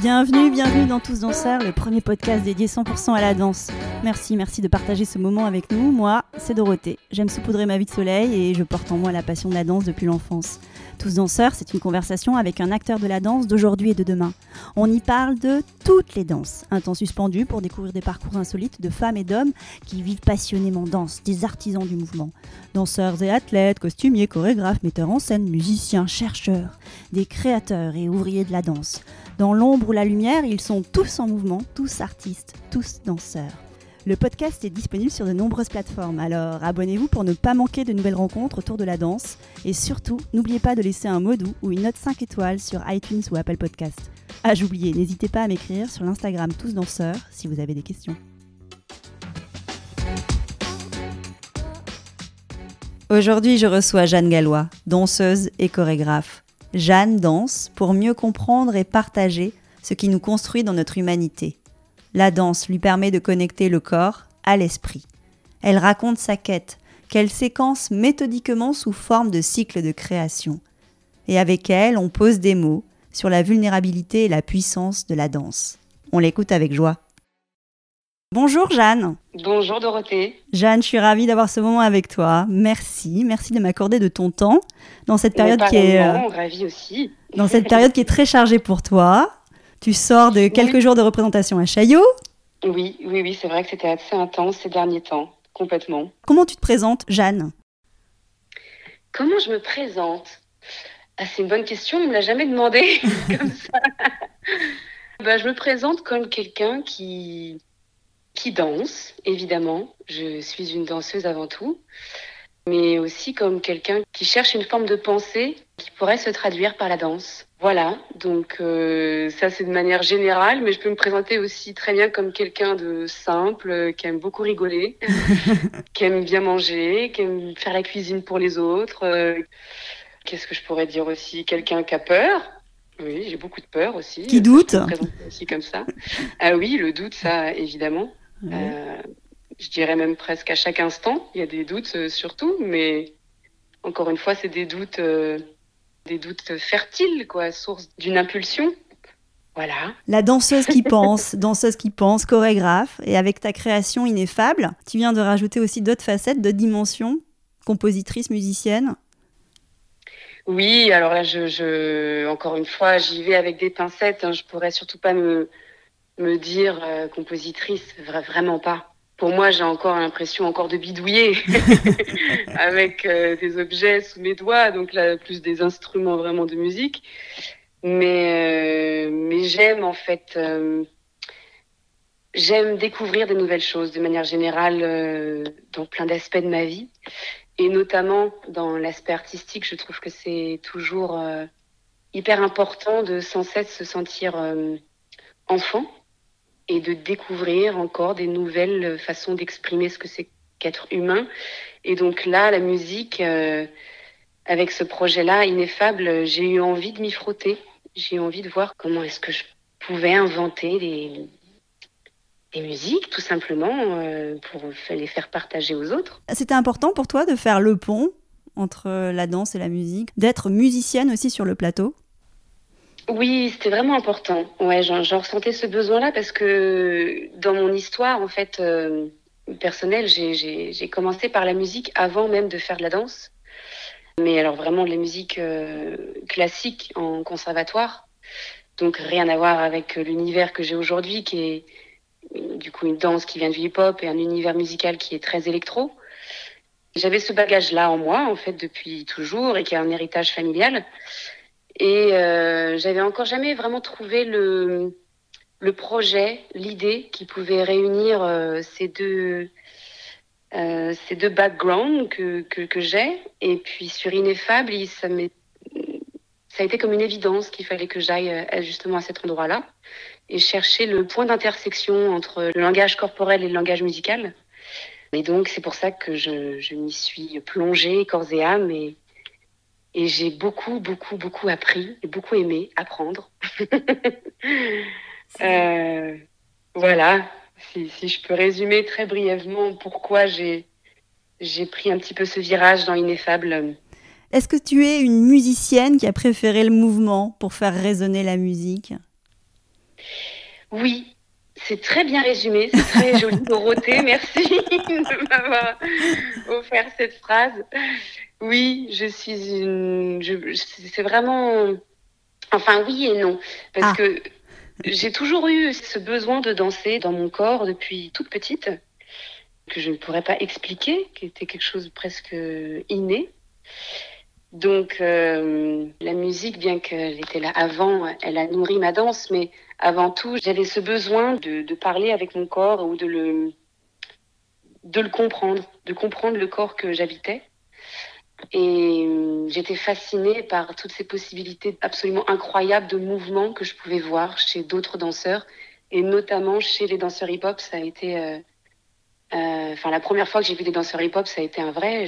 Bienvenue dans Tous Danseurs, le premier podcast dédié 100% à la danse. Merci de partager ce moment avec nous. Moi, c'est Dorothée. J'aime saupoudrer ma vie de soleil et je porte en moi la passion de la danse depuis l'enfance. Tous Danseurs, c'est une conversation avec un acteur de la danse d'aujourd'hui et de demain. On y parle de toutes les danses. Un temps suspendu pour découvrir des parcours insolites de femmes et d'hommes qui vivent passionnément danse, des artisans du mouvement. Danseurs et athlètes, costumiers, chorégraphes, metteurs en scène, musiciens, chercheurs, des créateurs et ouvriers de la danse. Dans l'ombre ou la lumière, ils sont tous en mouvement, tous artistes, tous danseurs. Le podcast est disponible sur de nombreuses plateformes, alors abonnez-vous pour ne pas manquer de nouvelles rencontres autour de la danse. Et surtout, n'oubliez pas de laisser un mot doux ou une note 5 étoiles sur iTunes ou Apple Podcast. Ah, j'oubliais, n'hésitez pas à m'écrire sur l'Instagram Tous Danseurs si vous avez des questions. Aujourd'hui, je reçois Jeanne Gallois, danseuse et chorégraphe. Jeanne danse pour mieux comprendre et partager ce qui nous construit dans notre humanité. La danse lui permet de connecter le corps à l'esprit. Elle raconte sa quête, qu'elle séquence méthodiquement sous forme de cycle de création. Et avec elle, on pose des mots sur la vulnérabilité et la puissance de la danse. On l'écoute avec joie. Bonjour Jeanne. Bonjour Dorothée. Jeanne, je suis ravie d'avoir ce moment avec toi. Merci de m'accorder de ton temps dans cette période qui est ravie aussi. Dans cette période qui est très chargée pour toi. Tu sors de quelques jours de représentation à Chaillot. Oui, c'est vrai que c'était assez intense ces derniers temps, complètement. Comment tu te présentes, Jeanne ? Comment je me présente ? C'est une bonne question, on ne me l'a jamais demandé comme ça. Je me présente comme quelqu'un qui danse, évidemment. Je suis une danseuse avant tout, mais aussi comme quelqu'un qui cherche une forme de pensée qui pourrait se traduire par la danse. Voilà, donc ça c'est de manière générale, mais je peux me présenter aussi très bien comme quelqu'un de simple, qui aime beaucoup rigoler, qui aime bien manger, qui aime faire la cuisine pour les autres. Qu'est-ce que je pourrais dire aussi ? Quelqu'un qui a peur. Oui, j'ai beaucoup de peur aussi. Qui doute ? Je me présente aussi comme ça. Ah oui, le doute, ça, évidemment. Oui. Je dirais même presque à chaque instant. Il y a des doutes surtout, mais encore une fois, c'est des doutes fertiles, quoi, source d'une impulsion. Voilà. La danseuse qui pense, chorégraphe, et avec ta création ineffable, tu viens de rajouter aussi d'autres facettes, d'autres dimensions, compositrice, musicienne. Oui, alors là, encore une fois, j'y vais avec des pincettes. Je pourrais surtout pas me dire compositrice, vraiment pas. Pour moi, j'ai encore l'impression de bidouiller avec des objets sous mes doigts, donc là, plus des instruments vraiment de musique. Mais j'aime en fait, j'aime découvrir des nouvelles choses de manière générale dans plein d'aspects de ma vie. Et notamment dans l'aspect artistique, je trouve que c'est toujours hyper important de sans cesse se sentir enfant et de découvrir encore des nouvelles façons d'exprimer ce que c'est qu'être humain. Et donc là, la musique, avec ce projet-là, ineffable, j'ai eu envie de m'y frotter. J'ai eu envie de voir comment est-ce que je pouvais inventer des musiques, tout simplement, pour les faire partager aux autres. C'était important pour toi de faire le pont entre la danse et la musique, d'être musicienne aussi sur le plateau ? Oui, c'était vraiment important. Ouais, j'en ressentais ce besoin-là parce que dans mon histoire, en fait, personnelle, j'ai commencé par la musique avant même de faire de la danse. Mais alors vraiment de la musique classique en conservatoire. Donc rien à voir avec l'univers que j'ai aujourd'hui, qui est du coup une danse qui vient du hip-hop et un univers musical qui est très électro. J'avais ce bagage-là en moi, en fait, depuis toujours et qui est un héritage familial. Et j'avais encore jamais vraiment trouvé le projet, l'idée qui pouvait réunir ces deux backgrounds que j'ai. Et puis sur Ineffable, ça a été comme une évidence qu'il fallait que j'aille justement à cet endroit-là et chercher le point d'intersection entre le langage corporel et le langage musical. Et donc c'est pour ça que je m'y suis plongée corps et âme et j'ai beaucoup appris et beaucoup aimé apprendre. Voilà, si je peux résumer très brièvement pourquoi j'ai pris un petit peu ce virage dans Ineffable. Est-ce que tu es une musicienne qui a préféré le mouvement pour faire résonner la musique ? Oui, c'est très bien résumé, c'est très joli, Dorothée. Merci de m'avoir offert cette phrase. Oui, c'est vraiment, enfin oui et non, parce Ah, que j'ai toujours eu ce besoin de danser dans mon corps depuis toute petite, que je ne pourrais pas expliquer, qui était quelque chose de presque inné. Donc la musique, bien qu'elle était là avant, elle a nourri ma danse, mais avant tout, j'avais ce besoin de parler avec mon corps ou de le comprendre, de comprendre le corps que j'habitais. Et j'étais fascinée par toutes ces possibilités absolument incroyables de mouvements que je pouvais voir chez d'autres danseurs, et notamment chez les danseurs hip-hop. Ça a été, la première fois que j'ai vu des danseurs hip-hop, ça a été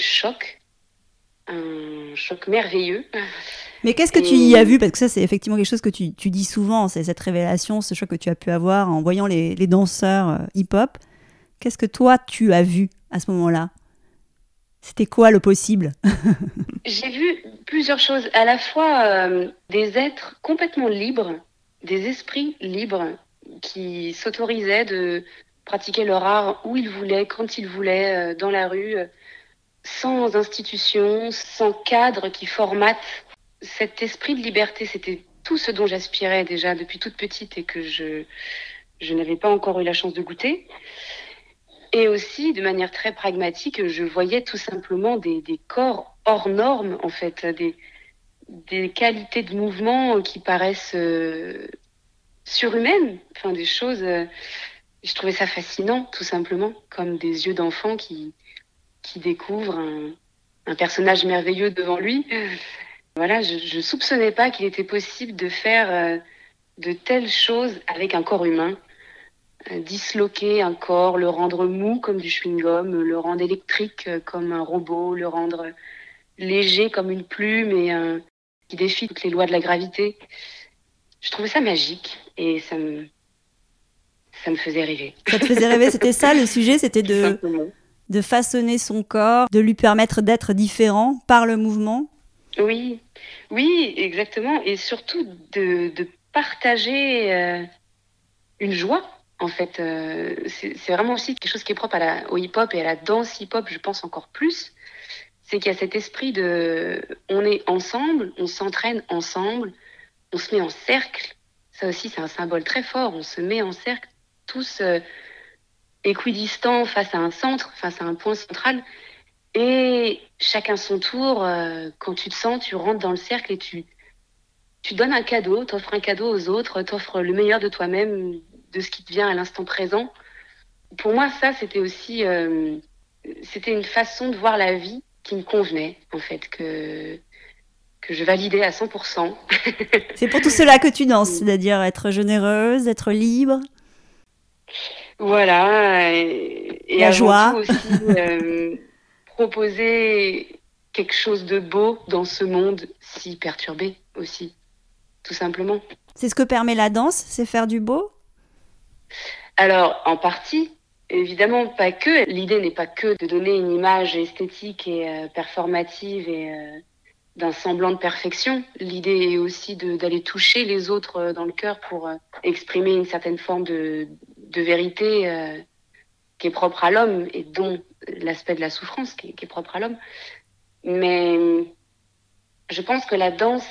un choc merveilleux. mais qu'est-ce que tu y as Et vu? Parce que ça, c'est effectivement quelque chose que tu dis souvent, c'est cette révélation, ce choc que tu as pu avoir en voyant les danseurs hip-hop. Qu'est-ce que toi, tu as vu à ce moment-là? C'était quoi le possible? j'ai vu plusieurs choses, à la fois des êtres complètement libres, des esprits libres qui s'autorisaient de pratiquer leur art où ils voulaient, quand ils voulaient, dans la rue, sans institution, sans cadre qui formate. Cet esprit de liberté, c'était tout ce dont j'aspirais déjà depuis toute petite et que je n'avais pas encore eu la chance de goûter. Et aussi, de manière très pragmatique, je voyais tout simplement des corps hors normes, en fait, des qualités de mouvement qui paraissent surhumaines, enfin des choses. Je trouvais ça fascinant, tout simplement, comme des yeux d'enfant qui découvrent un personnage merveilleux devant lui. Voilà, je soupçonnais pas qu'il était possible de faire de telles choses avec un corps humain. Disloquer un corps, le rendre mou comme du chewing-gum, le rendre électrique comme un robot, le rendre léger comme une plume et qui défie toutes les lois de la gravité. Je trouvais ça magique et ça me faisait rêver, Ça te faisait rêver, c'était ça le sujet, c'était tout simplement. de façonner son corps, de lui permettre d'être différent par le mouvement. Oui, oui, exactement. Et surtout de partager une joie. En fait, c'est vraiment aussi quelque chose qui est propre au hip-hop et à la danse hip-hop, je pense encore plus. C'est qu'il y a cet esprit de on est ensemble, on s'entraîne ensemble, on se met en cercle. Ça aussi, c'est un symbole très fort. On se met en cercle, tous équidistants face à un centre, face à un point central. Et chacun son tour, quand tu te sens, tu rentres dans le cercle et tu donnes un cadeau, t'offres un cadeau aux autres, t'offres le meilleur de toi-même, de ce qui te vient à l'instant présent. Pour moi, ça, c'était aussi, c'était une façon de voir la vie qui me convenait, en fait, que je validais à 100%. C'est pour tout cela que tu danses, c'est-à-dire être généreuse, être libre, Voilà, et la avant tout joie. aussi proposer quelque chose de beau dans ce monde si perturbé aussi, tout simplement. C'est ce que permet la danse, c'est faire du beau. Alors, en partie, évidemment, pas que. L'idée n'est pas que de donner une image esthétique et performative et d'un semblant de perfection. L'idée est aussi d'aller toucher les autres dans le cœur pour exprimer une certaine forme de vérité qui est propre à l'homme et dont l'aspect de la souffrance qui est propre à l'homme. Mais je pense que la danse,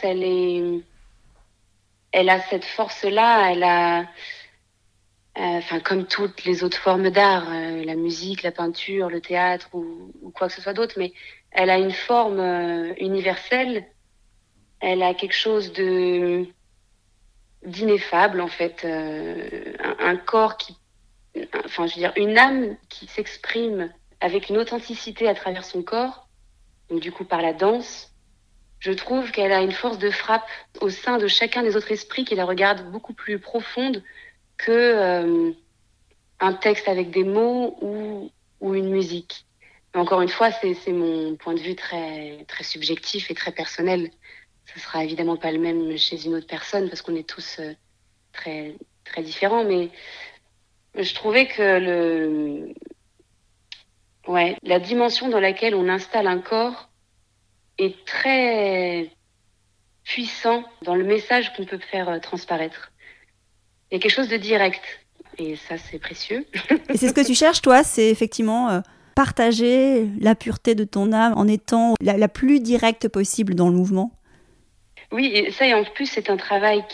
elle a cette force-là, elle a, comme toutes les autres formes d'art, la musique, la peinture, le théâtre ou quoi que ce soit d'autre, mais elle a une forme universelle. Elle a quelque chose de d'ineffable en fait, un corps je veux dire, une âme qui s'exprime avec une authenticité à travers son corps, donc du coup par la danse. Je trouve qu'elle a une force de frappe au sein de chacun des autres esprits qui la regardent beaucoup plus profonde que un texte avec des mots ou une musique. Mais encore une fois, c'est mon point de vue très, très subjectif et très personnel. Ce sera évidemment pas le même chez une autre personne parce qu'on est tous très, très différents. Mais je trouvais que la dimension dans laquelle on installe un corps est très puissant dans le message qu'on peut faire transparaître. Il y a quelque chose de direct. Et ça, c'est précieux. Et c'est ce que tu cherches, toi, c'est effectivement partager la pureté de ton âme en étant la plus directe possible dans le mouvement. Oui, et ça, et en plus, c'est un travail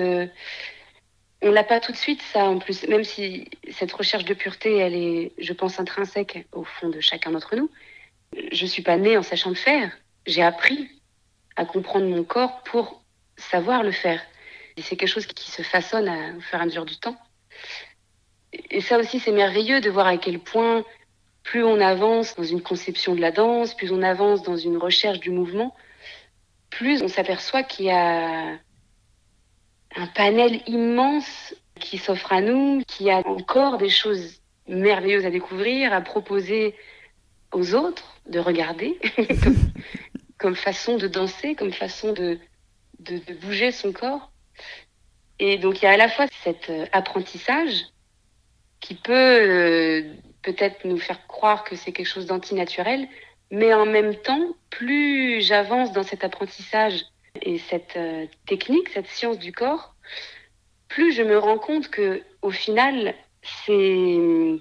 on l'a pas tout de suite, ça, en plus. Même si cette recherche de pureté, elle est, je pense, intrinsèque au fond de chacun d'entre nous. Je suis pas née en sachant le faire. J'ai appris à comprendre mon corps pour savoir le faire. Et c'est quelque chose qui se façonne au fur et à mesure du temps. Et ça aussi, c'est merveilleux de voir à quel point, plus on avance dans une conception de la danse, plus on avance dans une recherche du mouvement, plus on s'aperçoit qu'il y a un panel immense qui s'offre à nous, qui a encore des choses merveilleuses à découvrir, à proposer aux autres de regarder, comme façon de danser, comme façon de bouger son corps. Et donc il y a à la fois cet apprentissage qui peut peut-être nous faire croire que c'est quelque chose d'antinaturel, mais en même temps, plus j'avance dans cet apprentissage et cette technique, cette science du corps, plus je me rends compte que au final, c'est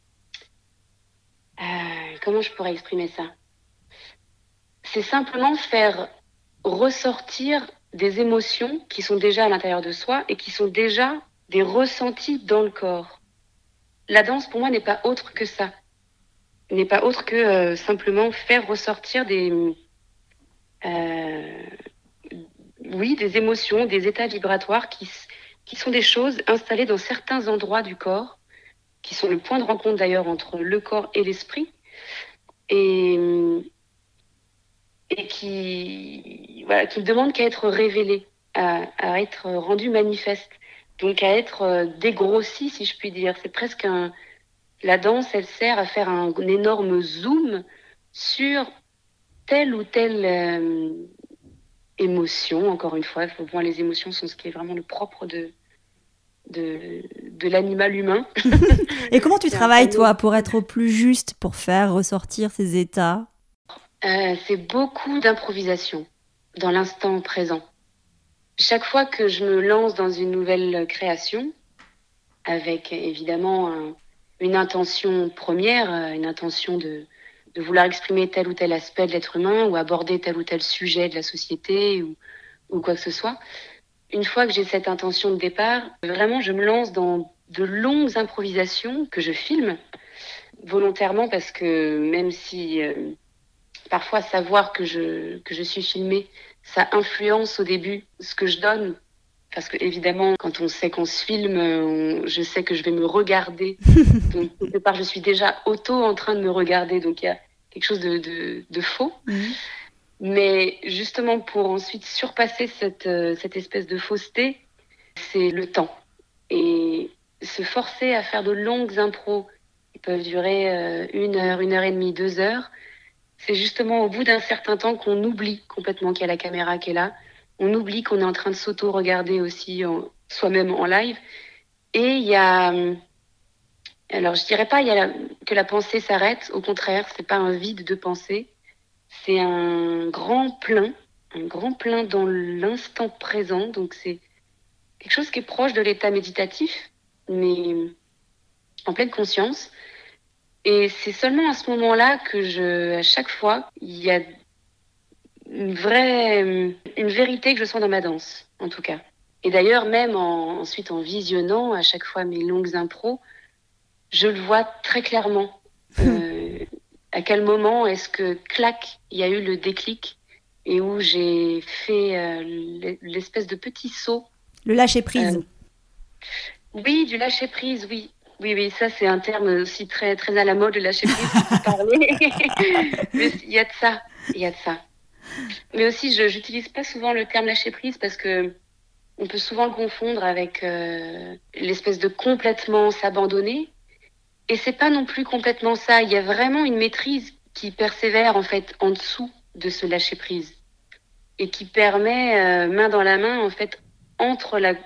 comment je pourrais exprimer ça? C'est simplement faire ressortir des émotions qui sont déjà à l'intérieur de soi et qui sont déjà des ressentis dans le corps. La danse, pour moi, n'est pas autre que ça. N'est pas autre que simplement faire ressortir des émotions, des états vibratoires qui sont des choses installées dans certains endroits du corps, qui sont le point de rencontre d'ailleurs entre le corps et l'esprit, et qui ne demandent qu'à être révélées, à être rendues manifestes, donc à être dégrossies, si je puis dire. C'est presque la danse, elle sert à faire un énorme zoom sur telle ou telle émotion. Encore une fois, moi, les émotions sont ce qui est vraiment le propre de l'animal humain. Et comment tu travailles, toi, pour être au plus juste, pour faire ressortir ces états? C'est beaucoup d'improvisation dans l'instant présent. Chaque fois que je me lance dans une nouvelle création, avec évidemment une intention première, une intention de vouloir exprimer tel ou tel aspect de l'être humain ou aborder tel ou tel sujet de la société ou quoi que ce soit. Une fois que j'ai cette intention de départ, vraiment, je me lance dans de longues improvisations que je filme volontairement parce que même si parfois savoir que je suis filmée, ça influence au début ce que je donne. Parce que évidemment, quand on sait qu'on se filme, je sais que je vais me regarder. Donc, quelque part, je suis déjà en train de me regarder. Donc, il y a quelque chose de faux. Mmh. Mais justement, pour ensuite surpasser cette espèce de fausseté, c'est le temps. Et se forcer à faire de longues impros qui peuvent durer 1 heure, 1 heure et demie, 2 heures, c'est justement au bout d'un certain temps qu'on oublie complètement qu'il y a la caméra qui est là. On oublie qu'on est en train de s'auto-regarder aussi soi-même en live. Et il y a... Alors, je dirais pas que la pensée s'arrête. Au contraire, c'est pas un vide de pensée. C'est un grand plein dans l'instant présent. Donc, c'est quelque chose qui est proche de l'état méditatif, mais en pleine conscience. Et c'est seulement à ce moment-là que à chaque fois, il y a une vérité que je sens dans ma danse, en tout cas. Et d'ailleurs, même ensuite en visionnant à chaque fois mes longues impros, je le vois très clairement. À quel moment est-ce que, clac, il y a eu le déclic et où j'ai fait l'espèce de petit saut. Le lâcher-prise. Oui, du lâcher-prise, oui. Oui, ça c'est un terme aussi très, très à la mode, le lâcher-prise, pour parler. Mais il y a de ça. Mais aussi, je n'utilise pas souvent le terme lâcher-prise parce que on peut souvent le confondre avec l'espèce de complètement s'abandonner. Et c'est pas non plus complètement ça. Il y a vraiment une maîtrise qui persévère en fait en dessous de ce lâcher-prise et qui permet, main dans la main, en fait, entre la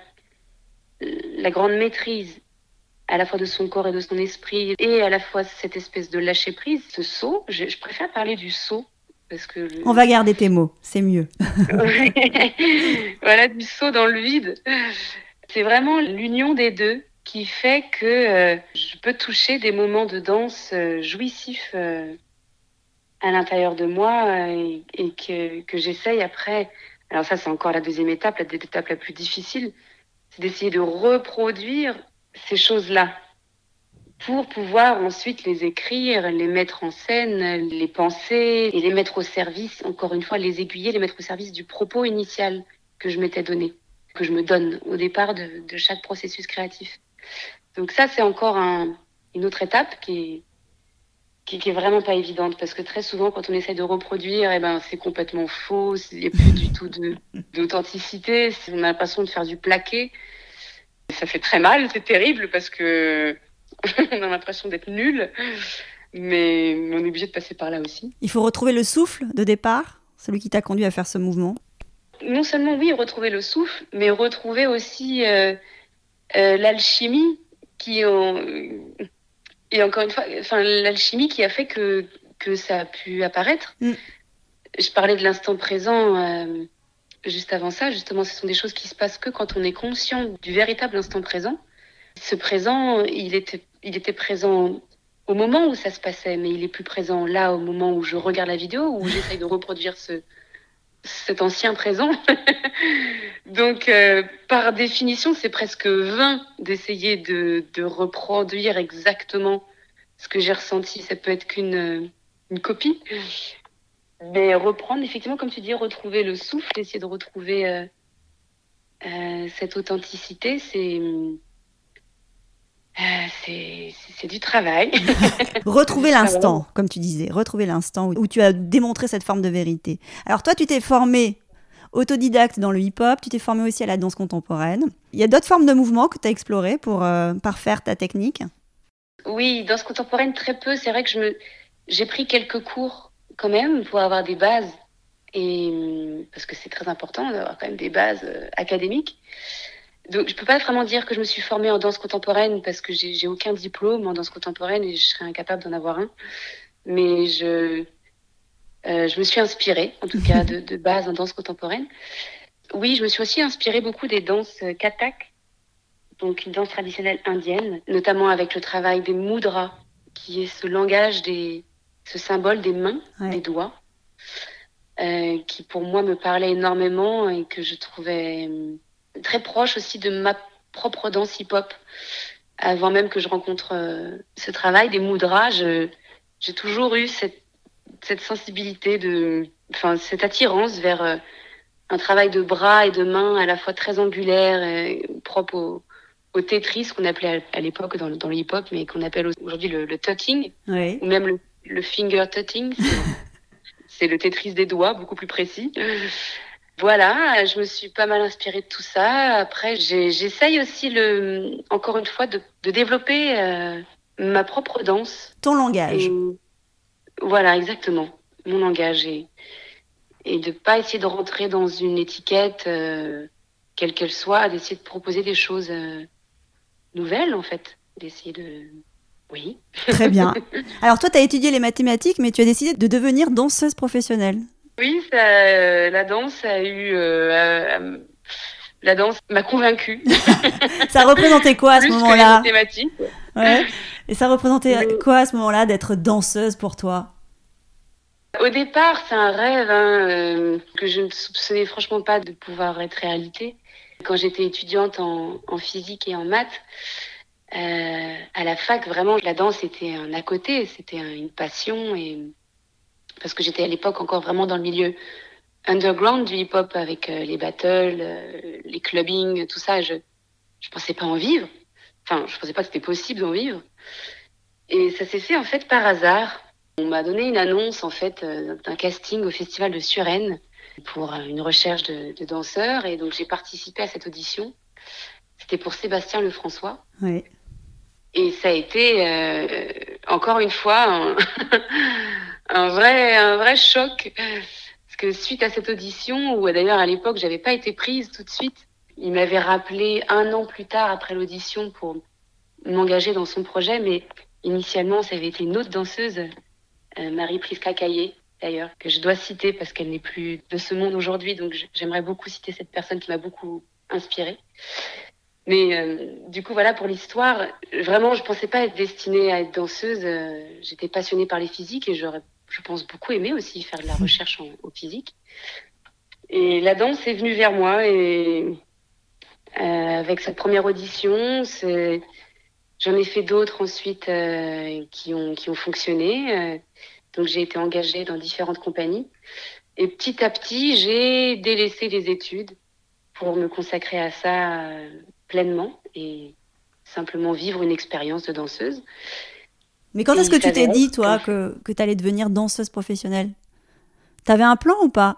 grande maîtrise à la fois de son corps et de son esprit et à la fois cette espèce de lâcher-prise, ce saut, je préfère parler du saut. Parce que On va garder tes mots, c'est mieux. Voilà, du saut dans le vide. C'est vraiment l'union des deux qui fait que je peux toucher des moments de danse jouissifs à l'intérieur de moi et que j'essaye après. Alors ça, c'est encore la deuxième étape, l'étape la plus difficile, c'est d'essayer de reproduire ces choses-là pour pouvoir ensuite les écrire, les mettre en scène, les penser et les mettre au service, encore une fois, les aiguiller, les mettre au service du propos initial que je m'étais donné, que je me donne au départ de chaque processus créatif. Donc ça, c'est encore une autre étape qui est vraiment pas évidente, parce que très souvent, quand on essaie de reproduire, c'est complètement faux, il n'y a plus du tout d'authenticité, on a l'impression de faire du plaqué. Ça fait très mal, c'est terrible, parce que on a l'impression d'être nul, mais on est obligé de passer par là aussi. Il faut retrouver le souffle de départ, celui qui t'a conduit à faire ce mouvement. Non seulement, oui, retrouver le souffle, mais retrouver aussi l'alchimie et encore une fois, l'alchimie qui a fait que ça a pu apparaître. Je parlais de l'instant présent juste avant ça. Justement, ce sont des choses qui se passent que quand on est conscient du véritable instant présent. Ce présent, il était présent au moment où ça se passait, mais il est plus présent là, au moment où je regarde la vidéo, où j'essaye de reproduire cet ancien présent. Donc, par définition, c'est presque vain d'essayer de reproduire exactement ce que j'ai ressenti. Ça peut être qu'une copie. Mais reprendre, effectivement, comme tu dis, retrouver le souffle, essayer de retrouver cette authenticité, c'est du travail. Retrouver l'instant, comme tu disais, retrouver l'instant où tu as démontré cette forme de vérité. Alors toi, tu t'es formé autodidacte dans le hip-hop, tu t'es formé aussi à la danse contemporaine. Il y a d'autres formes de mouvements que tu as explorées pour parfaire ta technique? Oui, danse contemporaine, très peu. C'est vrai que j'ai pris quelques cours quand même pour avoir des bases, parce que c'est très important d'avoir quand même des bases académiques. Donc, je peux pas vraiment dire que je me suis formée en danse contemporaine parce que j'ai aucun diplôme en danse contemporaine et je serais incapable d'en avoir un. Mais je me suis inspirée, en tout cas, de base en danse contemporaine. Oui, je me suis aussi inspirée beaucoup des danses Kathak, donc une danse traditionnelle indienne, notamment avec le travail des mudras, qui est ce langage ce symbole des mains, des doigts, qui pour moi me parlait énormément et que je trouvais très proche aussi de ma propre danse hip-hop. Avant même que je rencontre ce travail des mudras, j'ai toujours eu cette sensibilité cette attirance vers un travail de bras et de mains à la fois très angulaire, propre au Tetris, qu'on appelait à l'époque dans le hip-hop, mais qu'on appelle aujourd'hui le tutting, oui. Ou même le finger tutting. C'est le Tetris des doigts, beaucoup plus précis. Voilà, je me suis pas mal inspirée de tout ça. Après, j'essaye aussi, encore une fois, de développer ma propre danse. Ton langage. Voilà, exactement. Mon langage. Et de pas essayer de rentrer dans une étiquette, quelle qu'elle soit, d'essayer de proposer des choses nouvelles, en fait. D'essayer de... Oui. Très bien. Alors toi, tu as étudié les mathématiques, mais tu as décidé de devenir danseuse professionnelle. Oui, la danse la danse m'a convaincue. Ça représentait quoi à ce moment-là? Plus que les mathématiques. Ouais. Et ça représentait quoi à ce moment-là d'être danseuse pour toi? Au départ, c'est un rêve que je ne soupçonnais franchement pas de pouvoir être réalité. Quand j'étais étudiante en physique et en maths, à la fac, vraiment, la danse était un à côté, c'était une passion. Parce que j'étais à l'époque encore vraiment dans le milieu underground du hip-hop avec les battles, les clubbing, tout ça. Je pensais pas en vivre. Enfin, je pensais pas que c'était possible d'en vivre. Et ça s'est fait en fait par hasard. On m'a donné une annonce en fait d'un casting au festival de Suresnes pour une recherche de danseurs, et donc j'ai participé à cette audition. C'était pour Sébastien Lefrançois. Oui. Et ça a été encore une fois un vrai choc, parce que suite à cette audition, où d'ailleurs à l'époque j'avais pas été prise tout de suite, il m'avait rappelé 1 an plus tard après l'audition pour m'engager dans son projet, mais initialement ça avait été une autre danseuse, Marie-Priska Caillé d'ailleurs, que je dois citer parce qu'elle n'est plus de ce monde aujourd'hui, donc j'aimerais beaucoup citer cette personne qui m'a beaucoup inspirée. Mais du coup, voilà, pour l'histoire, vraiment, je pensais pas être destinée à être danseuse. J'étais passionnée par les physiques et je pense, beaucoup aimé aussi faire de la recherche en physique. Et la danse est venue vers moi et avec cette première audition, j'en ai fait d'autres ensuite qui ont fonctionné. Donc j'ai été engagée dans différentes compagnies. Et petit à petit, j'ai délaissé les études pour me consacrer à ça pleinement et simplement vivre une expérience de danseuse. Mais quand Et est-ce il que tu t'es s'avère dit, toi, qu'en que tu allais devenir danseuse professionnelle? T'avais un plan ou pas?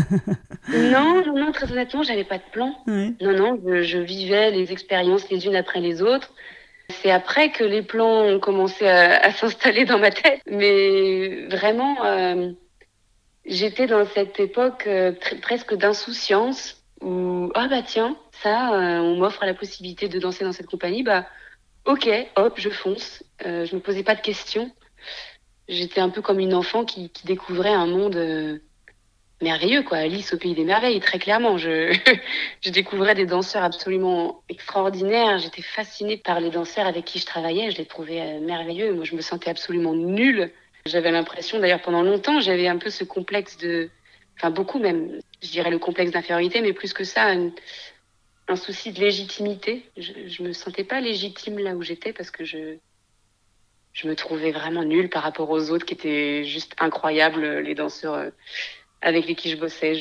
Non, non, non, très honnêtement, j'avais pas de plan. Ouais. Non, non, je vivais les expériences les unes après les autres. C'est après que les plans ont commencé à s'installer dans ma tête. Mais vraiment, j'étais dans cette époque presque d'insouciance où, ah bah tiens, ça, on m'offre la possibilité de danser dans cette compagnie, bah ok, hop, je fonce. Je me posais pas de questions. J'étais un peu comme une enfant qui découvrait un monde merveilleux, quoi. Alice au pays des merveilles, très clairement. Je découvrais des danseurs absolument extraordinaires. J'étais fascinée par les danseurs avec qui je travaillais. Je les trouvais merveilleux. Moi, je me sentais absolument nulle. J'avais l'impression, d'ailleurs, pendant longtemps, j'avais un peu ce complexe enfin beaucoup même, je dirais le complexe d'infériorité, mais plus que ça, un souci de légitimité. Je me sentais pas légitime là où j'étais parce que je me trouvais vraiment nulle par rapport aux autres qui étaient juste incroyables, les danseurs avec lesquels je bossais.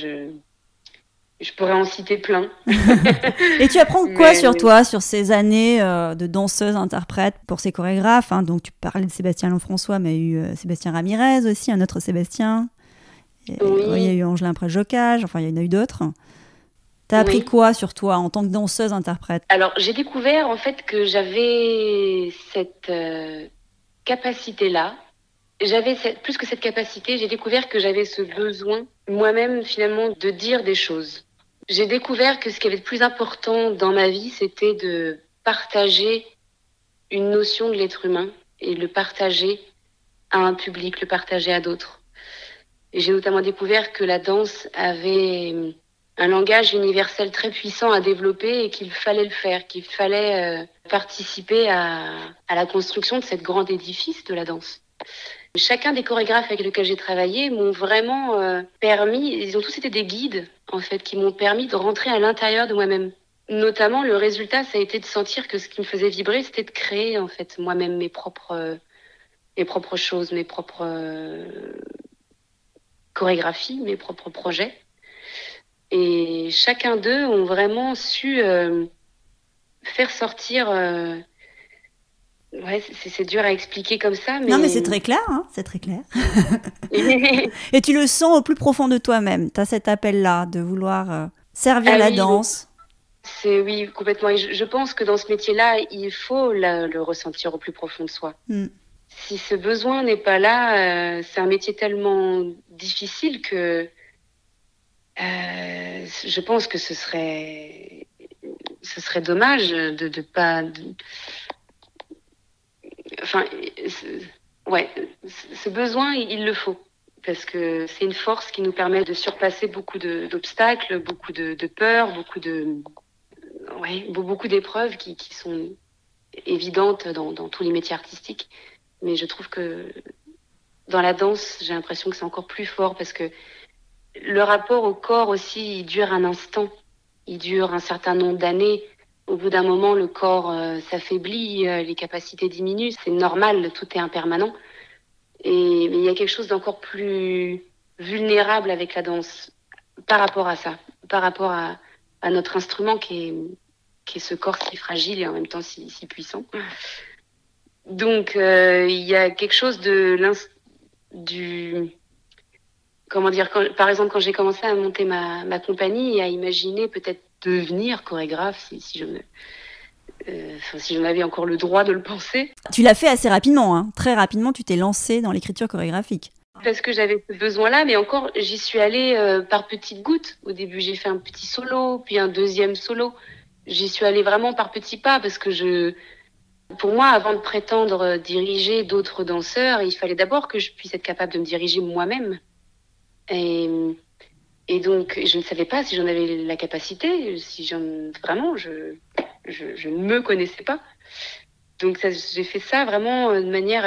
Je pourrais en citer plein. Et tu apprends quoi Mais sur toi, sur ces années de danseuse-interprète pour ces chorégraphes, hein? Donc tu parlais de Sébastien Lanfrançois, mais il y a eu Sébastien Ramirez aussi, un autre Sébastien. Il y a oui, eu Angelin Préjocage, enfin il y en a eu d'autres. T'as appris oui. quoi sur toi en tant que danseuse-interprète? Alors, j'ai découvert en fait que j'avais cette capacité-là. Plus que cette capacité, j'ai découvert que j'avais ce besoin moi-même finalement de dire des choses. J'ai découvert que ce qui avait de plus important dans ma vie, c'était de partager une notion de l'être humain et le partager à un public, le partager à d'autres. Et j'ai notamment découvert que la danse avait un langage universel très puissant à développer et qu'il fallait le faire, qu'il fallait participer à la construction de cet grand édifice de la danse. Chacun des chorégraphes avec lesquels j'ai travaillé m'ont vraiment permis, ils ont tous été des guides en fait, qui m'ont permis de rentrer à l'intérieur de moi-même. Notamment, le résultat, ça a été de sentir que ce qui me faisait vibrer, c'était de créer en fait moi-même mes propres choses, mes propres chorégraphies, mes propres projets. Et chacun d'eux ont vraiment su faire sortir. Ouais, c'est dur à expliquer comme ça, Non, mais mais c'est très clair, hein, c'est très clair. Et tu le sens au plus profond de toi-même. Tu as cet appel-là de vouloir servir ah la oui, danse. c'est oui complètement. Et je pense que dans ce métier-là, il faut le ressentir au plus profond de soi. Mm. Si ce besoin n'est pas là, c'est un métier tellement difficile que je pense que ce serait dommage de pas. Enfin, ouais, ce besoin, il le faut. Parce que c'est une force qui nous permet de surpasser beaucoup d'obstacles, beaucoup de peurs, beaucoup d'épreuves qui sont évidentes dans tous les métiers artistiques. Mais je trouve que dans la danse, j'ai l'impression que c'est encore plus fort parce que le rapport au corps aussi, il dure un instant, il dure un certain nombre d'années. Au bout d'un moment, le corps s'affaiblit, les capacités diminuent, c'est normal, tout est impermanent. Mais il y a quelque chose d'encore plus vulnérable avec la danse par rapport à ça, par rapport à notre instrument qui est ce corps si fragile et en même temps si puissant. Donc, il y a quelque chose du comment dire, par exemple, quand j'ai commencé à monter ma compagnie et à imaginer peut-être devenir chorégraphe, si j'en avais encore le droit de le penser, Tu l'as fait assez rapidement, hein. Très rapidement, tu t'es lancée dans l'écriture chorégraphique. parce que j'avais ce besoin-là, mais encore, j'y suis allée par petites gouttes. Au début, j'ai fait un petit solo, puis un deuxième solo. J'y suis allée vraiment par petits pas, parce que pour moi, avant de prétendre diriger d'autres danseurs, il fallait d'abord que je puisse être capable de me diriger moi-même. Et, et donc, je ne savais pas si j'en avais la capacité, vraiment, je ne me connaissais pas. Donc j'ai fait ça vraiment de manière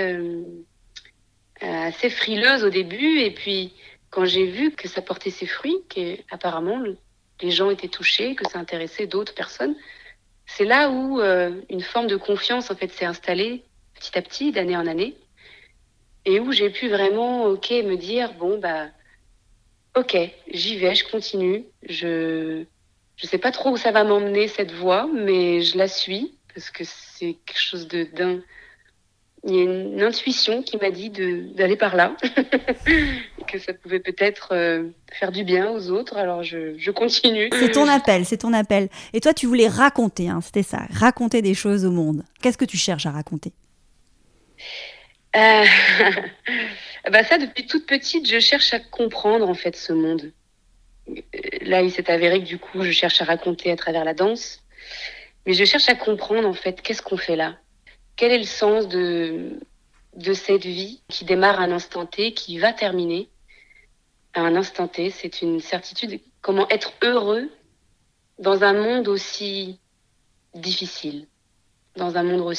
assez frileuse au début. Et puis, quand j'ai vu que ça portait ses fruits, qu'apparemment les gens étaient touchés, que ça intéressait d'autres personnes, c'est là où une forme de confiance en fait s'est installée petit à petit, d'année en année, et où j'ai pu vraiment, me dire bon bah, ok, j'y vais, je continue. Je sais pas trop où ça va m'emmener cette voie, mais je la suis parce que c'est quelque chose d'un. Il y a une intuition qui m'a dit d'aller par là, que ça pouvait peut-être faire du bien aux autres. Alors je continue. C'est ton appel, c'est ton appel. Et toi, tu voulais raconter, hein, c'était ça, raconter des choses au monde. Qu'est-ce que tu cherches à raconter ? Euh, Bah ça, depuis toute petite, je cherche à comprendre en fait ce monde. Là, il s'est avéré que du coup, je cherche à raconter à travers la danse, mais je cherche à comprendre en fait qu'est-ce qu'on fait là. Quel est le sens de cette vie qui démarre à un instant T, qui va terminer à un instant T. C'est une certitude. Comment être heureux dans un monde aussi difficile, dans un monde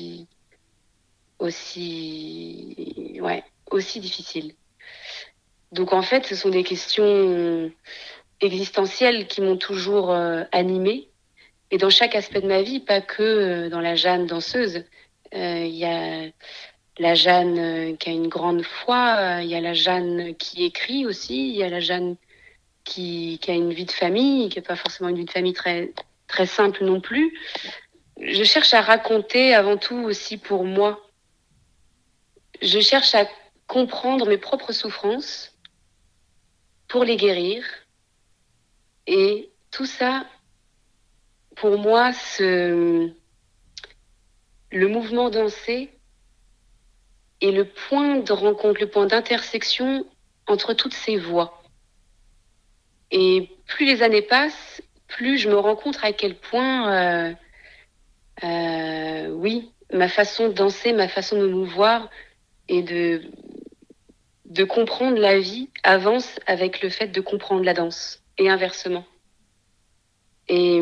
aussi difficile. Donc en fait, ce sont des questions existentielles qui m'ont toujours animée. Et dans chaque aspect de ma vie, pas que dans la Jeanne danseuse. Il y a la Jeanne qui a une grande foi, il y a la Jeanne qui écrit aussi, il y a la Jeanne qui a une vie de famille, qui n'a pas forcément une vie de famille très, très simple non plus. Je cherche à raconter avant tout aussi pour moi. Je cherche à comprendre mes propres souffrances pour les guérir. Et tout ça, pour moi, le mouvement dansé est le point de rencontre, le point d'intersection entre toutes ces voies. Et plus les années passent, plus je me rends compte à quel point, oui, ma façon de danser, ma façon de me mouvoir et de comprendre la vie avance avec le fait de comprendre la danse et inversement. Et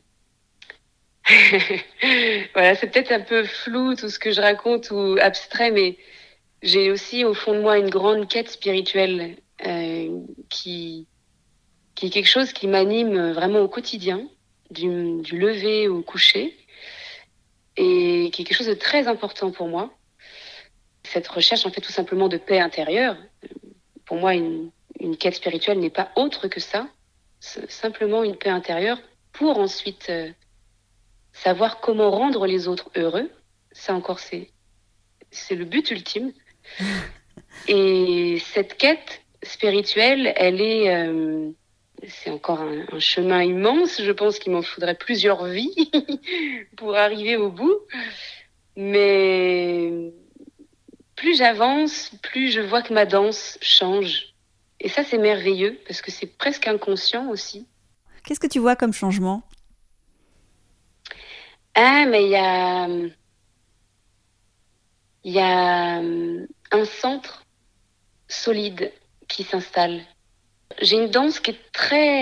voilà, c'est peut-être un peu flou tout ce que je raconte ou abstrait, mais j'ai aussi au fond de moi une grande quête spirituelle qui est quelque chose qui m'anime vraiment au quotidien, du lever au coucher, et qui est quelque chose de très important pour moi. Cette recherche, en fait, tout simplement de paix intérieure. Pour moi, une quête spirituelle n'est pas autre que ça, c'est simplement une paix intérieure pour ensuite savoir comment rendre les autres heureux. Ça encore, c'est le but ultime. Et cette quête spirituelle, c'est encore un chemin immense. Je pense qu'il m'en faudrait plusieurs vies pour arriver au bout. Mais plus j'avance, plus je vois que ma danse change. Et ça, c'est merveilleux parce que c'est presque inconscient aussi. Qu'est-ce que tu vois comme changement ? Ah, mais il y a un centre solide qui s'installe. J'ai une danse qui est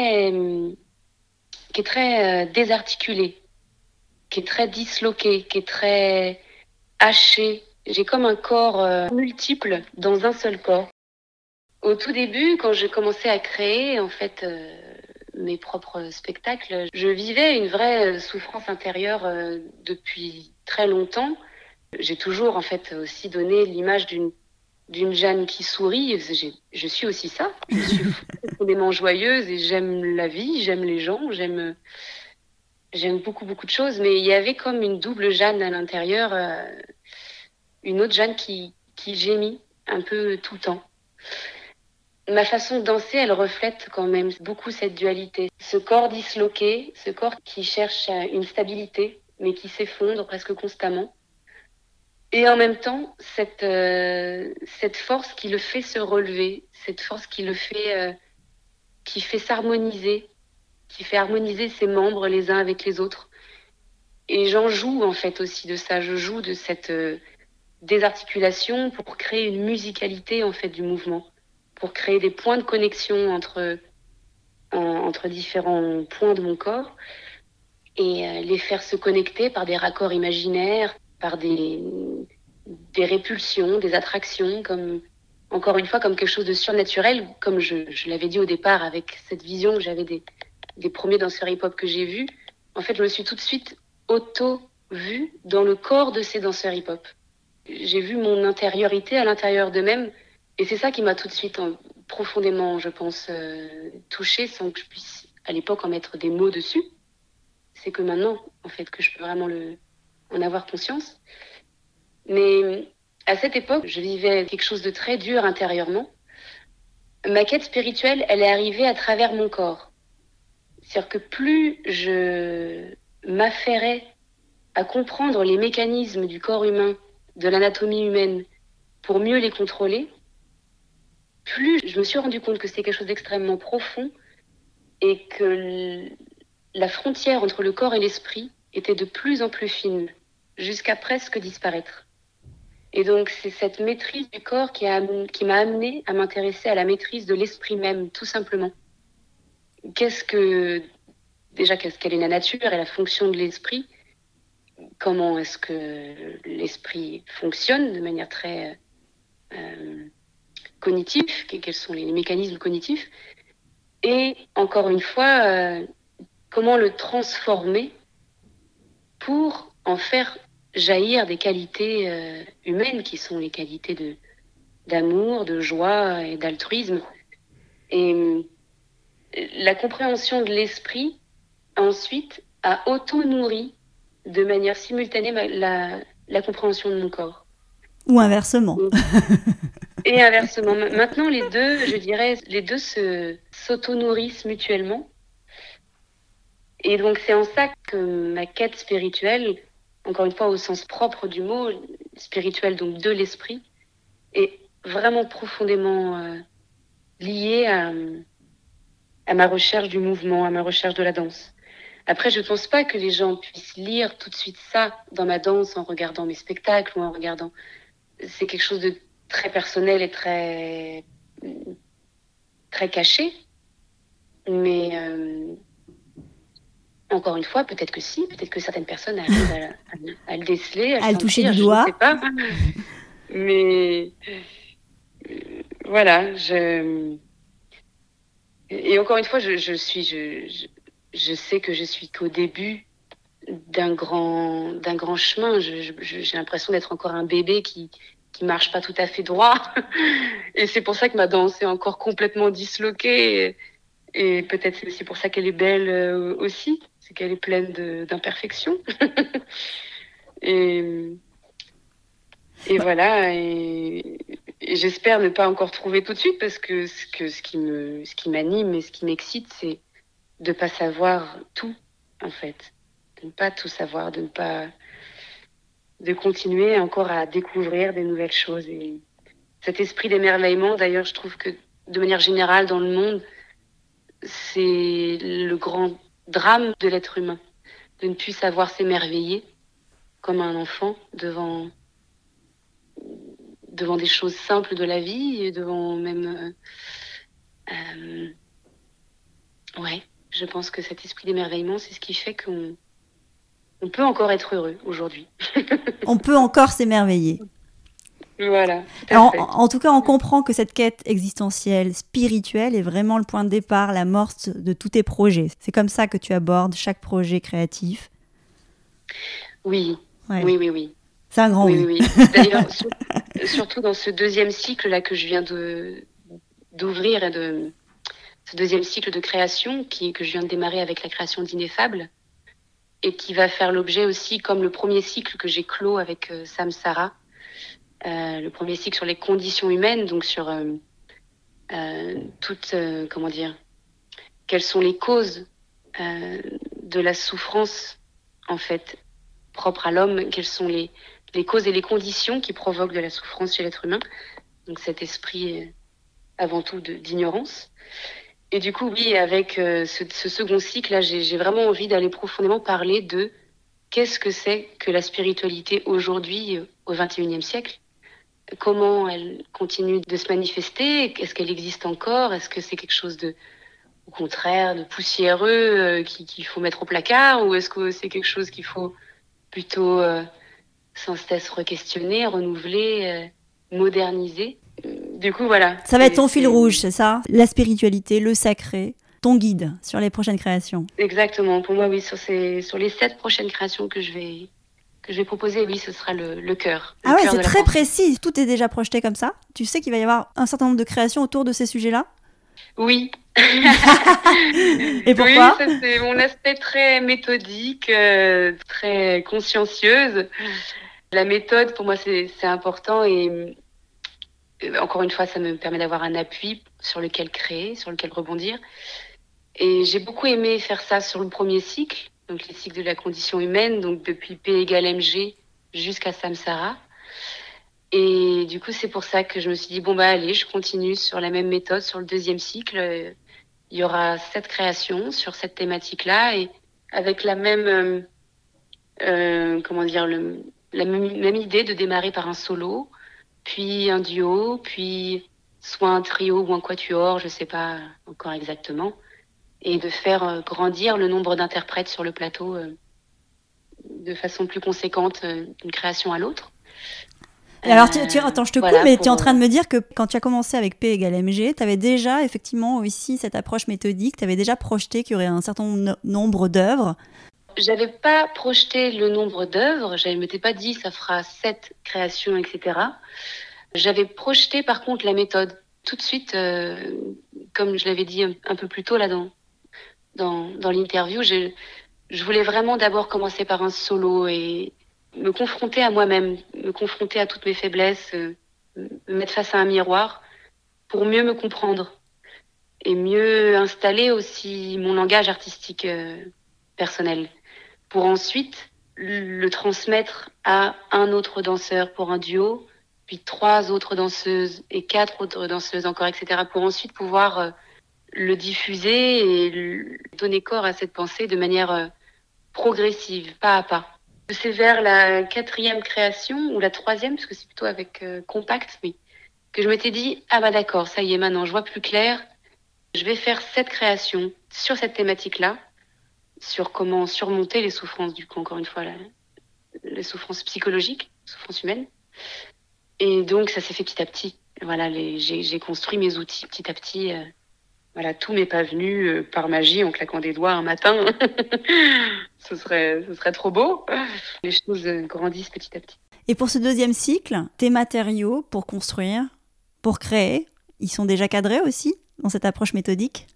très désarticulée, qui est très disloquée, qui est très hachée. J'ai comme un corps multiple dans un seul corps. Au tout début, quand j'ai commencé à créer en fait mes propres spectacles, je vivais une vraie souffrance intérieure depuis très longtemps. J'ai toujours en fait aussi donné l'image d'une Jeanne qui sourit. Je suis aussi ça. Je suis profondément joyeuse et j'aime la vie, j'aime les gens, j'aime beaucoup de choses. Mais il y avait comme une double Jeanne à l'intérieur, une autre Jeanne qui gémit un peu tout le temps. Ma façon de danser, elle reflète quand même beaucoup cette dualité. Ce corps disloqué, ce corps qui cherche une stabilité, mais qui s'effondre presque constamment. Et en même temps, cette force qui le fait se relever, cette force qui fait s'harmoniser, qui fait harmoniser ses membres les uns avec les autres. Et j'en joue en fait aussi de ça. Je joue de cette désarticulation pour créer une musicalité en fait du mouvement, pour créer des points de connexion entre différents points de mon corps. et les faire se connecter par des raccords imaginaires, par des répulsions, des attractions, comme, encore une fois, comme quelque chose de surnaturel, comme je l'avais dit au départ, avec cette vision que j'avais des premiers danseurs hip-hop que j'ai vus. En fait, je me suis tout de suite auto-vue dans le corps de ces danseurs hip-hop. J'ai vu mon intériorité à l'intérieur d'eux-mêmes, et c'est ça qui m'a tout de suite profondément, je pense, touchée, sans que je puisse, à l'époque, en mettre des mots dessus. C'est que maintenant, en fait, que je peux vraiment en avoir conscience. Mais à cette époque, je vivais quelque chose de très dur intérieurement. Ma quête spirituelle, elle est arrivée à travers mon corps. C'est-à-dire que plus je m'affairais à comprendre les mécanismes du corps humain, de l'anatomie humaine, pour mieux les contrôler, plus je me suis rendu compte que c'était quelque chose d'extrêmement profond et que la frontière entre le corps et l'esprit était de plus en plus fine, jusqu'à presque disparaître. Et donc, c'est cette maîtrise du corps qui m'a amenée à m'intéresser à la maîtrise de l'esprit même, tout simplement. Quelle est la nature et la fonction de l'esprit? Comment est-ce que l'esprit fonctionne de manière très cognitive? Quels sont les mécanismes cognitifs? Et encore une fois, comment le transformer pour en faire jaillir des qualités humaines qui sont les qualités d'amour, de joie et d'altruisme. Et la compréhension de l'esprit, ensuite, a auto-nourri de manière simultanée la compréhension de mon corps. Ou inversement. Et inversement. Maintenant, les deux s'auto-nourrissent mutuellement. Et donc, c'est en ça que ma quête spirituelle, encore une fois au sens propre du mot, spirituel donc de l'esprit, est vraiment profondément liée à ma recherche du mouvement, à ma recherche de la danse. Après, je ne pense pas que les gens puissent lire tout de suite ça dans ma danse en regardant mes spectacles ou en regardant. C'est quelque chose de très personnel et très, très caché. Mais encore une fois, peut-être que si, peut-être que certaines personnes arrivent à le déceler, à le toucher du doigt. Je ne sais pas. Mais voilà, et encore une fois, je sais que je suis qu'au début d'un grand chemin. J'ai l'impression d'être encore un bébé qui marche pas tout à fait droit. Et c'est pour ça que ma danse est encore complètement disloquée. Et peut-être c'est aussi pour ça qu'elle est belle aussi. C'est qu'elle est pleine d'imperfections. et voilà. Et j'espère ne pas encore trouver tout de suite, parce que ce qui m'anime et ce qui m'excite, c'est de pas savoir tout, en fait. De ne pas tout savoir, de continuer encore à découvrir des nouvelles choses. Et cet esprit d'émerveillement, d'ailleurs, je trouve que de manière générale dans le monde, c'est le grand drame de l'être humain, de ne plus savoir s'émerveiller comme un enfant devant des choses simples de la vie, et devant même... ouais, je pense que cet esprit d'émerveillement, c'est ce qui fait qu'on peut encore être heureux aujourd'hui. On peut encore s'émerveiller. Voilà. Alors, en tout cas, on comprend que cette quête existentielle, spirituelle, est vraiment le point de départ, l'amorce de tous tes projets. C'est comme ça que tu abordes chaque projet créatif. Oui, ouais. Oui. C'est un grand oui. Oui. D'ailleurs, surtout dans ce deuxième cycle-là que je viens d'ouvrir, ce deuxième cycle de création que je viens de démarrer avec la création d'Ineffable, et qui va faire l'objet aussi, comme le premier cycle que j'ai clos avec Samsara, le premier cycle sur les conditions humaines, donc sur quelles sont les causes de la souffrance, en fait, propre à l'homme, quelles sont les causes et les conditions qui provoquent de la souffrance chez l'être humain, donc cet esprit avant tout d'ignorance. Et du coup, oui, avec ce second cycle-là, j'ai vraiment envie d'aller profondément parler de qu'est-ce que c'est que la spiritualité aujourd'hui, au XXIe siècle. Comment elle continue de se manifester? Est-ce qu'elle existe encore? Est-ce que c'est quelque chose au contraire de poussiéreux qu'il faut mettre au placard, ou est-ce que c'est quelque chose qu'il faut plutôt sans cesse re-questionner, renouveler, moderniser? Du coup, voilà. Ça va être ton fil rouge, c'est ça? La spiritualité, le sacré, ton guide sur les prochaines créations. Exactement. Pour moi, oui, sur les 7 prochaines créations que je vais proposer, oui, ce sera le cœur. Ah ouais, c'est très précis. Tout est déjà projeté comme ça. Tu sais qu'il va y avoir un certain nombre de créations autour de ces sujets-là? Oui. Et pourquoi? Oui, ça, c'est mon aspect très méthodique, très consciencieuse. La méthode, pour moi, c'est important, et encore une fois, ça me permet d'avoir un appui sur lequel créer, sur lequel rebondir. Et j'ai beaucoup aimé faire ça sur le premier cycle, donc les cycles de la condition humaine, donc depuis P égale mg jusqu'à Samsara. Et du coup, c'est pour ça que je me suis dit, bon, bah allez, je continue sur la même méthode sur le deuxième cycle. Il y aura 7 créations sur cette thématique-là, et avec la même, comment dire, la même idée de démarrer par un solo, puis un duo, puis soit un trio ou un quatuor, je sais pas encore exactement, et de faire grandir le nombre d'interprètes sur le plateau de façon plus conséquente d'une création à l'autre. Et alors, attends, je te coupe, mais tu es en train de me dire que quand tu as commencé avec P égale mg, tu avais déjà effectivement aussi cette approche méthodique, tu avais déjà projeté qu'il y aurait un certain nombre d'œuvres. J'avais pas projeté le nombre d'œuvres, je ne m'étais pas dit ça fera 7 créations, etc. J'avais projeté par contre la méthode tout de suite, comme je l'avais dit un peu plus tôt là dans l'interview. Je voulais vraiment d'abord commencer par un solo et me confronter à moi-même, me confronter à toutes mes faiblesses, me mettre face à un miroir pour mieux me comprendre et mieux installer aussi mon langage artistique personnel, pour ensuite le transmettre à un autre danseur pour un duo, puis 3 autres danseuses et 4 autres danseuses encore, etc., pour ensuite pouvoir le diffuser et donner corps à cette pensée de manière progressive, pas à pas. C'est vers la 4e création, ou la 3e, parce que c'est plutôt avec Compact, oui, que je m'étais dit, ah bah d'accord, ça y est, maintenant je vois plus clair, je vais faire 7 créations sur cette thématique-là, sur comment surmonter les souffrances, du coup, encore une fois, les souffrances psychologiques, les souffrances humaines. Et donc, ça s'est fait petit à petit. Voilà, j'ai construit mes outils petit à petit. Voilà, tout m'est pas venu par magie en claquant des doigts un matin. Ce serait trop beau. Les choses grandissent petit à petit. Et pour ce deuxième cycle, tes matériaux pour construire, pour créer, ils sont déjà cadrés aussi dans cette approche méthodique?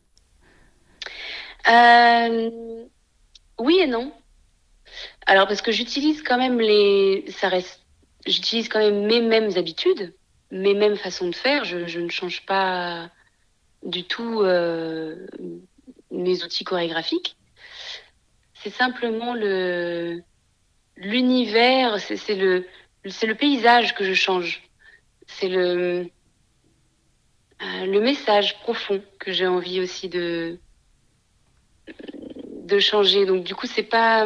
Oui et non. Alors, parce que j'utilise quand même j'utilise quand même mes mêmes habitudes, mes mêmes façons de faire. Je ne change pas du tout mes outils chorégraphiques. C'est simplement l'univers, c'est le paysage que je change. C'est le message profond que j'ai envie aussi de changer. Donc du coup, c'est pas...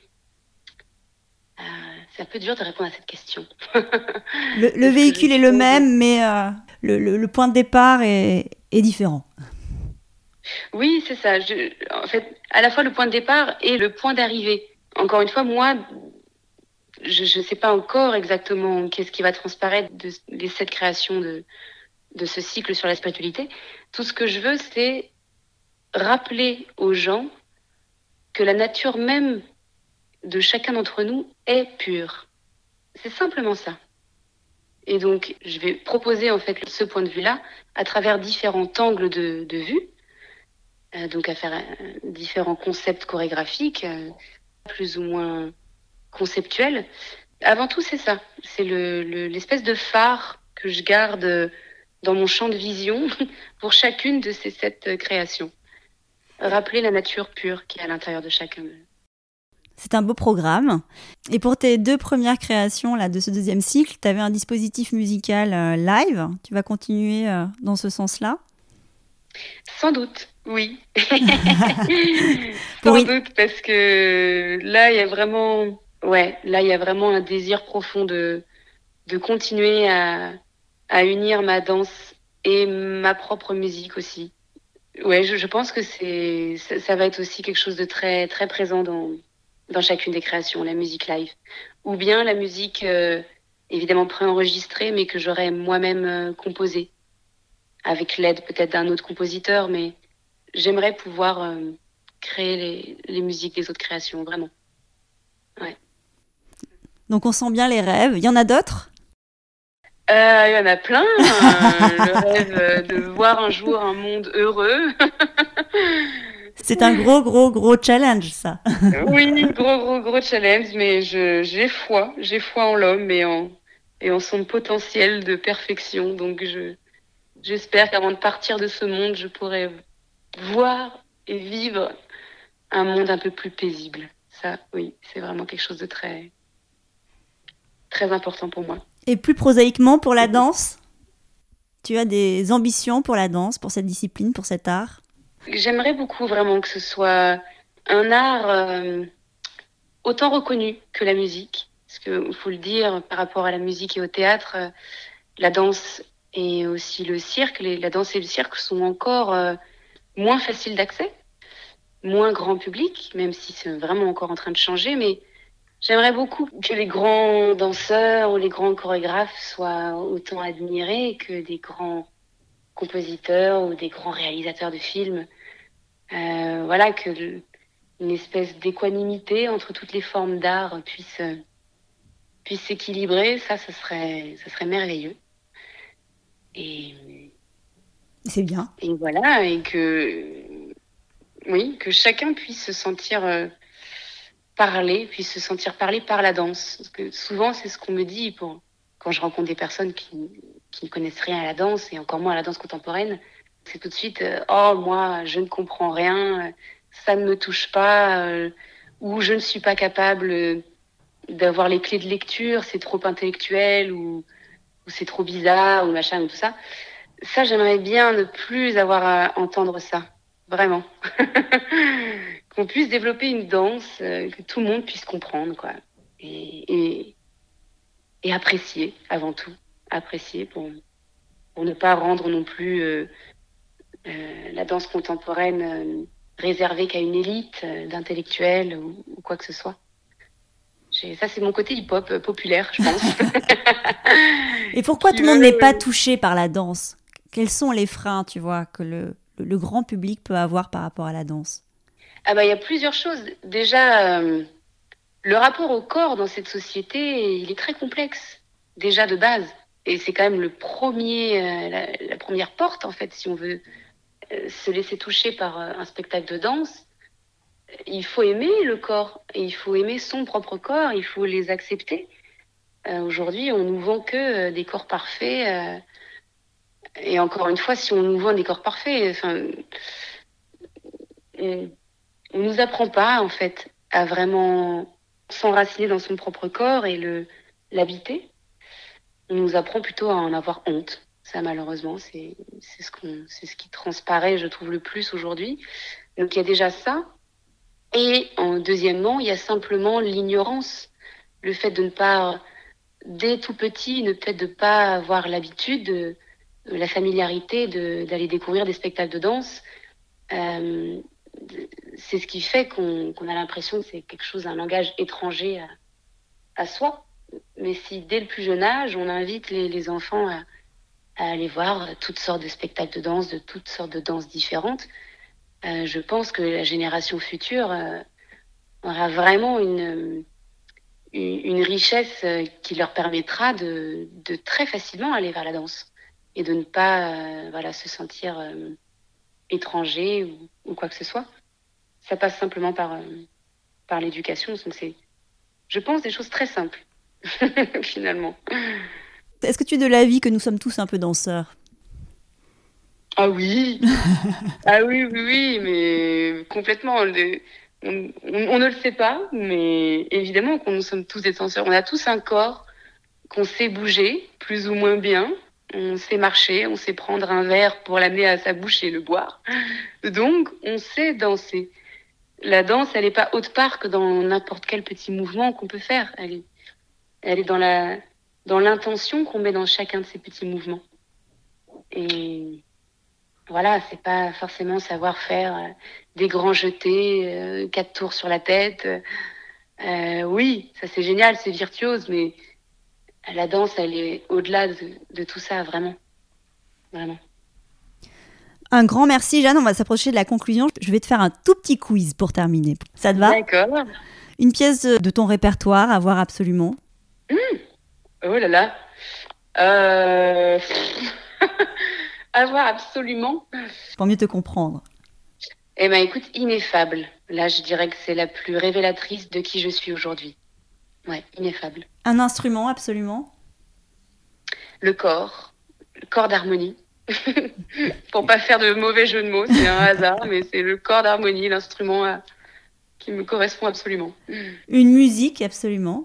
c'est un peu dur de répondre à cette question. Le véhicule est le même, mais le point de départ est différent. Oui, c'est ça. En fait, à la fois le point de départ et le point d'arrivée. Encore une fois, moi, je ne sais pas encore exactement qu'est-ce qui va transparaître des 7 créations de ce cycle sur la spiritualité. Tout ce que je veux, c'est rappeler aux gens que la nature même de chacun d'entre nous est pure. C'est simplement ça. Et donc, je vais proposer en fait ce point de vue-là à travers différents angles de vue, donc à faire différents concepts chorégraphiques, plus ou moins conceptuels. Avant tout, c'est ça. C'est l'espèce de phare que je garde dans mon champ de vision pour chacune de ces 7 créations. Rappeler la nature pure qui est à l'intérieur de chacun. C'est un beau programme. Et pour tes 2 premières créations là, de ce deuxième cycle, tu avais un dispositif musical live. Tu vas continuer dans ce sens-là? Sans doute, oui. Sans doute, parce que là, il y a vraiment... Ouais, là, il y a vraiment un désir profond de continuer à unir ma danse et ma propre musique aussi. Ouais, je pense que ça va être aussi quelque chose de très, très présent dans chacune des créations, la musique live. Ou bien la musique, évidemment préenregistrée, mais que j'aurais moi-même composée, avec l'aide peut-être d'un autre compositeur, mais j'aimerais pouvoir créer les musiques des autres créations, vraiment. Ouais. Donc on sent bien les rêves. Il y en a d'autres? Il y en a plein. Le rêve de voir un jour un monde heureux. C'est un gros, gros, gros challenge, ça. Oui, gros, gros, gros challenge, mais j'ai foi en l'homme et en son potentiel de perfection. Donc, j'espère qu'avant de partir de ce monde, je pourrai voir et vivre un monde un peu plus paisible. Ça, oui, c'est vraiment quelque chose de très, très important pour moi. Et plus prosaïquement, pour la danse, tu as des ambitions pour la danse, pour cette discipline, pour cet art? J'aimerais beaucoup vraiment que ce soit un art autant reconnu que la musique. Parce qu'il faut le dire, par rapport à la musique et au théâtre, la danse et aussi le cirque, la danse et le cirque sont encore moins faciles d'accès, moins grand public, même si c'est vraiment encore en train de changer. Mais j'aimerais beaucoup que les grands danseurs ou les grands chorégraphes soient autant admirés que des grands compositeurs ou des grands réalisateurs de films. Voilà, une espèce d'équanimité entre toutes les formes d'art puisse s'équilibrer. Ça serait merveilleux. Et, C'est bien. et voilà, et oui, que chacun puisse se sentir puisse se sentir parlé par la danse. Parce que souvent, c'est ce qu'on me dit quand je rencontre des personnes qui ne connaissent rien à la danse, et encore moins à la danse contemporaine. C'est tout de suite, oh, moi, je ne comprends rien, ça ne me touche pas, ou je ne suis pas capable d'avoir les clés de lecture, c'est trop intellectuel, ou c'est trop bizarre, ou machin, ou tout ça. Ça, j'aimerais bien ne plus avoir à entendre ça. Vraiment. Qu'on puisse développer une danse que tout le monde puisse comprendre, quoi. Et, et apprécier, avant tout. Apprécier pour ne pas rendre non plus la danse contemporaine réservée qu'à une élite d'intellectuels ou quoi que ce soit. Ça, c'est mon côté hip-hop populaire, je pense. Et pourquoi Qui tout le monde n'est pas veut... touché par la danse? Quels sont les freins, tu vois, que le grand public peut avoir par rapport à la danse? Ah bah, il y a plusieurs choses. Déjà, le rapport au corps dans cette société, il est très complexe, déjà de base. Et c'est quand même la première porte, en fait, si on veut se laisser toucher par un spectacle de danse. Il faut aimer le corps, et il faut aimer son propre corps, il faut les accepter. Aujourd'hui, on nous vend que des corps parfaits. Et encore une fois, si on nous vend des corps parfaits, enfin, on nous apprend pas, en fait, à vraiment s'enraciner dans son propre corps et l'habiter. On nous apprend plutôt à en avoir honte. Ça, malheureusement, c'est ce qui transparaît, je trouve, le plus aujourd'hui. Donc, il y a déjà ça. Et deuxièmement, il y a simplement l'ignorance. Le fait de ne pas, dès tout petit, peut-être de pas avoir l'habitude, la familiarité d'aller découvrir des spectacles de danse. Euh, c'est ce qui fait qu'on a l'impression que c'est quelque chose, un langage étranger à soi. Mais si dès le plus jeune âge, on invite les enfants à aller voir toutes sortes de spectacles de danse, de toutes sortes de danses différentes, je pense que la génération future aura vraiment une richesse qui leur permettra de très facilement aller vers la danse et de ne pas voilà, se sentir étranger ou quoi que ce soit. Ça passe simplement par l'éducation. Donc c'est, je pense, des choses très simples, finalement. Est-ce que tu es de l'avis que nous sommes tous un peu danseurs? Ah oui, ah oui, oui, oui, mais complètement. On ne le sait pas, mais évidemment qu'on nous sommes tous des danseurs. On a tous un corps qu'on sait bouger, plus ou moins bien. On sait marcher, on sait prendre un verre pour l'amener à sa bouche et le boire. Donc, on sait danser. La danse, elle n'est pas autre part que dans n'importe quel petit mouvement qu'on peut faire. Elle est dans l'intention qu'on met dans chacun de ces petits mouvements. Et Voilà, c'est pas forcément savoir faire des grands jetés, 4 tours sur la tête. Oui, ça c'est génial, c'est virtuose, mais la danse, elle est au-delà de tout ça, vraiment. Vraiment. Un grand merci, Jeanne. On va s'approcher de la conclusion. Je vais te faire un tout petit quiz pour terminer. Ça te va ? D'accord. Une pièce de ton répertoire à voir absolument. Oh là là. À voir absolument. Pour mieux te comprendre. Eh ben, écoute, Ineffable. Là, je dirais que c'est la plus révélatrice de qui je suis aujourd'hui. Ouais, Ineffable. Un instrument absolument. Le corps d'harmonie. Pour pas faire de mauvais jeu de mots, c'est un hasard, mais c'est le corps d'harmonie, l'instrument qui me correspond absolument. Une musique absolument.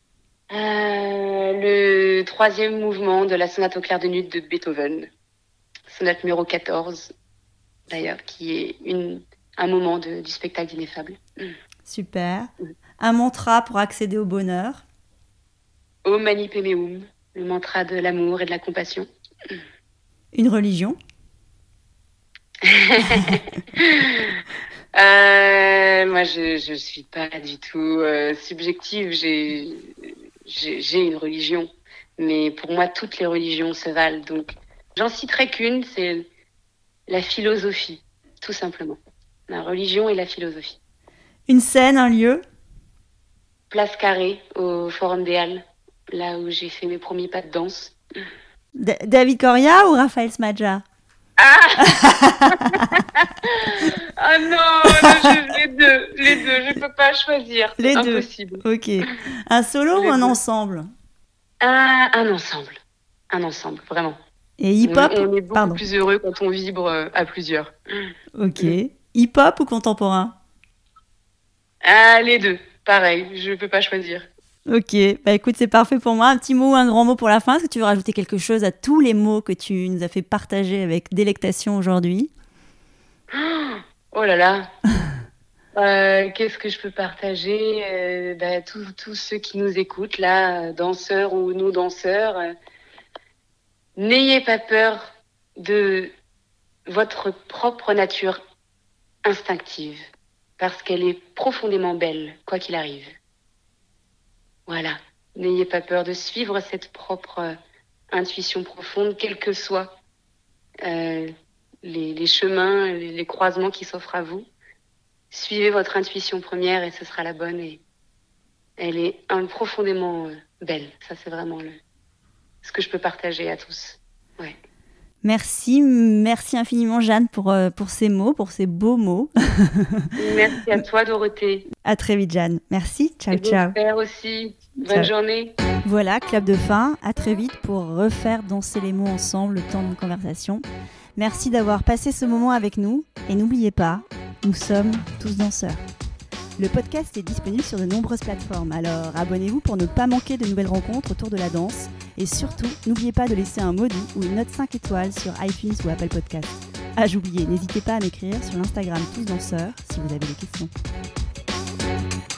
Le 3e mouvement de la sonate au clair de lune de Beethoven. Sonate numéro 14, d'ailleurs, qui est un moment du spectacle d'Ineffable. Super. Un mantra pour accéder au bonheur. Om Mani Padme Hum, le mantra de l'amour et de la compassion. Une religion. Moi, je suis pas du tout subjective. J'ai une religion, mais pour moi, toutes les religions se valent. Donc, j'en citerai qu'une, c'est la philosophie, tout simplement. La religion et la philosophie. Une scène, un lieu. Place Carrée, au Forum des Halles, là où j'ai fait mes premiers pas de danse. David Coria ou Raphaël Smadja? Ah non, les deux, je peux pas choisir, c'est impossible. Ok. Un solo ou un ensemble? Un ensemble, vraiment. Et hip-hop? On est beaucoup plus heureux quand on vibre à plusieurs. Ok. Hip-hop ou contemporain? Les deux, pareil, je peux pas choisir. Ok, bah écoute, c'est parfait pour moi. Un petit mot ou un grand mot pour la fin. Est-ce que tu veux rajouter quelque chose à tous les mots que tu nous as fait partager avec délectation aujourd'hui? Oh là là. Qu'est-ce que je peux partager? Tous ceux qui nous écoutent, là, danseurs ou non-danseurs, n'ayez pas peur de votre propre nature instinctive, parce qu'elle est profondément belle, quoi qu'il arrive. Voilà, n'ayez pas peur de suivre cette propre intuition profonde, quels que soient les chemins, les croisements qui s'offrent à vous. Suivez votre intuition première et ce sera la bonne. Et elle est profondément belle. Ça, c'est vraiment ce que je peux partager à tous. Ouais. Merci infiniment Jeanne pour ces mots, pour ces beaux mots. Merci à toi Dorothée. À très vite Jeanne. Merci, ciao. J'espère aussi. Bonne journée. Voilà, clap de fin. À très vite pour refaire danser les mots ensemble le temps d'une conversation. Merci d'avoir passé ce moment avec nous et n'oubliez pas, nous sommes tous danseurs. Le podcast est disponible sur de nombreuses plateformes, alors abonnez-vous pour ne pas manquer de nouvelles rencontres autour de la danse. Et surtout, n'oubliez pas de laisser un mot doux ou une note 5 étoiles sur iTunes ou Apple Podcast. J'oubliais, n'hésitez pas à m'écrire sur l'Instagram Tous Danseurs si vous avez des questions.